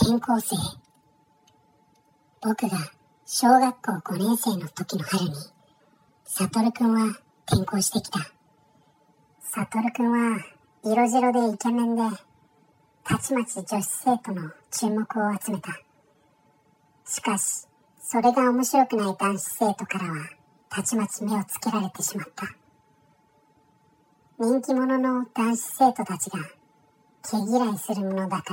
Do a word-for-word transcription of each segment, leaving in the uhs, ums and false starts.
転校生。僕が小学校ごねん生の時の春に、サトルくんは転校してきた。サトルくんは色白でイケメンで、たちまち女子生徒の注目を集めた。しかし、それが面白くない男子生徒からは、たちまち目をつけられてしまった。人気者の男子生徒たちが毛嫌いするものだから、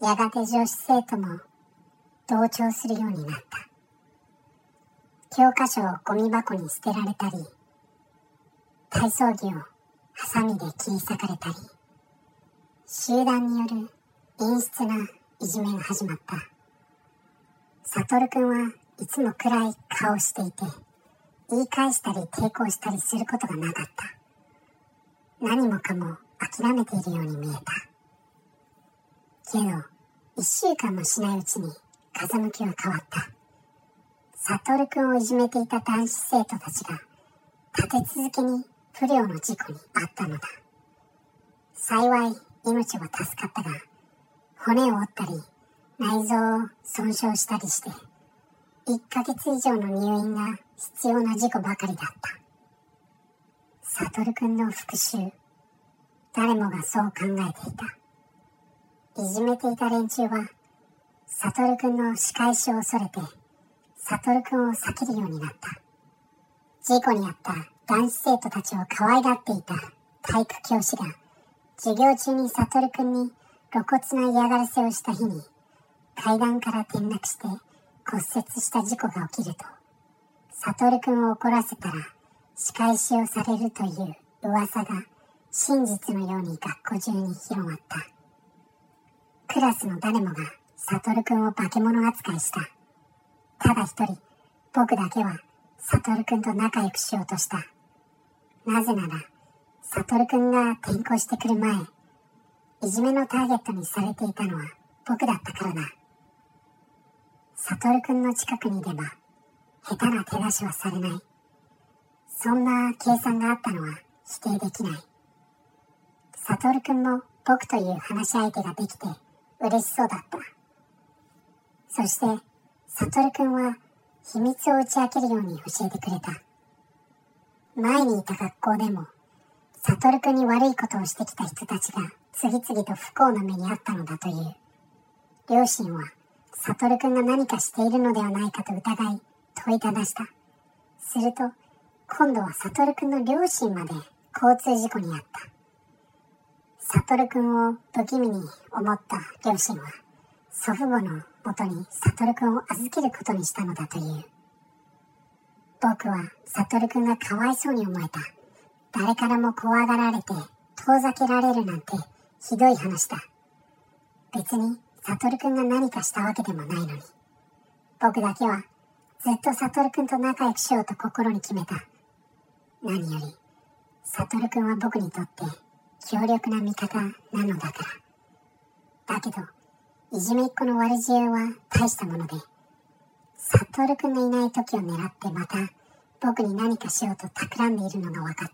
やがて女子生徒も同調するようになった。教科書をゴミ箱に捨てられたり、体操着をハサミで切り裂かれたり、集団による陰湿ないじめが始まった。サトルくんはいつも暗い顔をしていて、言い返したり抵抗したりすることがなかった。何もかも諦めているように見えた。けど、一週間もしないうちに風向きは変わった。サトルくんをいじめていた男子生徒たちが立て続けに不良の事故に遭ったのだ。幸い命は助かったが、骨を折ったり内臓を損傷したりしていっかげつ以上の入院が必要な事故ばかりだった。サトルくんの復讐、誰もがそう考えていた。いじめていた連中はサトルくんの仕返しを恐れてサトルくんを避けるようになった。事故に遭った男子生徒たちを可愛がっていた体育教師が授業中にサトルくんに露骨な嫌がらせをした日に階段から転落して骨折した事故が起きると、サトルくんを怒らせたら仕返しをされるという噂が真実のように学校中に広まった。クラスの誰もがサトルくんを化け物扱いした。ただ一人、僕だけはサトルくんと仲良くしようとした。なぜなら、サトルくんが転校してくる前、いじめのターゲットにされていたのは僕だったからだ。サトルくんの近くにいれば、下手な手出しはされない。そんな計算があったのは否定できない。サトルくんも僕という話し相手ができて嬉しそうだった。そして、サトルくんは秘密を打ち明けるように教えてくれた。前にいた学校でも、サトルくんに悪いことをしてきた人たちが次々と不幸な目に遭ったのだという。両親はサトルくんが何かしているのではないかと疑い問いただした。すると今度はサトルくんの両親まで交通事故に遭った。サトルくんを不気味に思った両親は祖父母の元にサトルくんを預けることにしたのだという。僕はサトルくんがかわいそうに思えた。誰からも怖がられて遠ざけられるなんてひどい話だ。別にサトルくんが何かしたわけでもないのに。僕だけはずっとサトルくんと仲良くしようと心に決めた。何よりサトルくんは僕にとって強力な味方なのだから。だけどいじめっ子の悪知恵は大したもので、サトルくんがいない時を狙ってまた僕に何かしようと企んでいるのが分かった。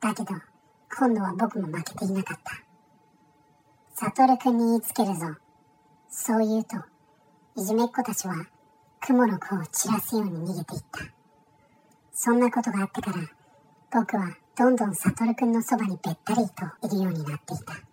だけど今度は僕も負けていなかった。サトルくんに言いつけるぞ。そう言うと、いじめっ子たちは雲の子を散らすように逃げていった。そんなことがあってから、僕はどんどんサトルくんのそばにべったりといるようになっていた。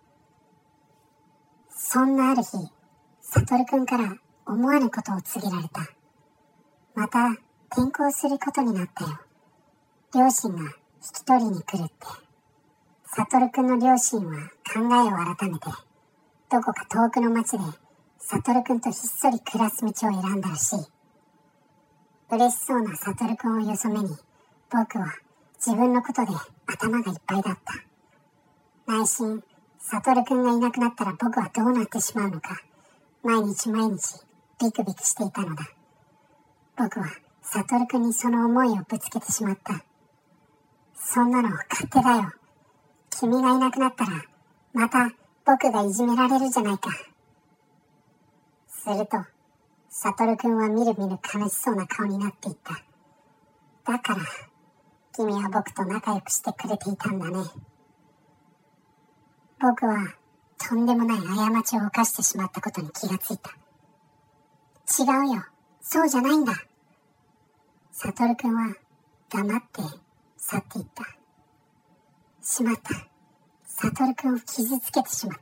そんなある日、サトルくんから思わぬことを告げられた。また転校することになったよ。両親が引き取りに来るって。サトルくんの両親は考えを改めて、どこか遠くの町でサトルくんとひっそり暮らす道を選んだらしい。嬉しそうなサトルくんをよそ目に、僕は自分のことで頭がいっぱいだった。内心、サトルくんがいなくなったら僕はどうなってしまうのか、毎日毎日ビクビクしていたのだ。僕はサトルくんにその思いをぶつけてしまった。そんなの勝手だよ。君がいなくなったら、また僕がいじめられるじゃないか。すると、サトルくんはみるみる悲しそうな顔になっていった。だから、君は僕と仲良くしてくれていたんだね。僕は、 とんでもない過ちを犯してしまったことに気がついた。違うよ、そうじゃないんだ。サトルくんは黙って去っていった。しまった。サトルくんを傷つけてしまった。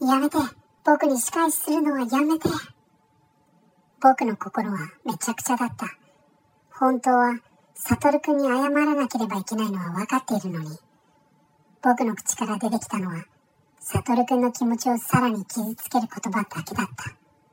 やめて、僕に仕返しするのはやめて。僕の心はめちゃくちゃだった。本当はサトルくんに謝らなければいけないのは分かっているのに、僕の口から出てきたのはサトルくんの気持ちをさらに傷つける言葉だけだった。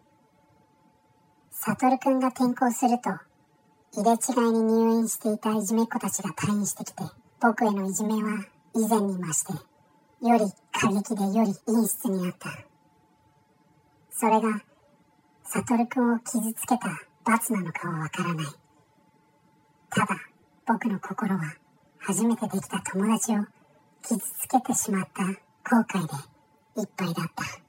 サトルくんが転校すると、入れ違いに入院していたいじめっ子たちが退院してきて、僕へのいじめは以前に増して、より過激でより陰湿になった。それが、サトルくんを傷つけた罰なのかはわからない。ただ、僕の心は初めてできた友達を傷つけてしまった後悔でいっぱいだった。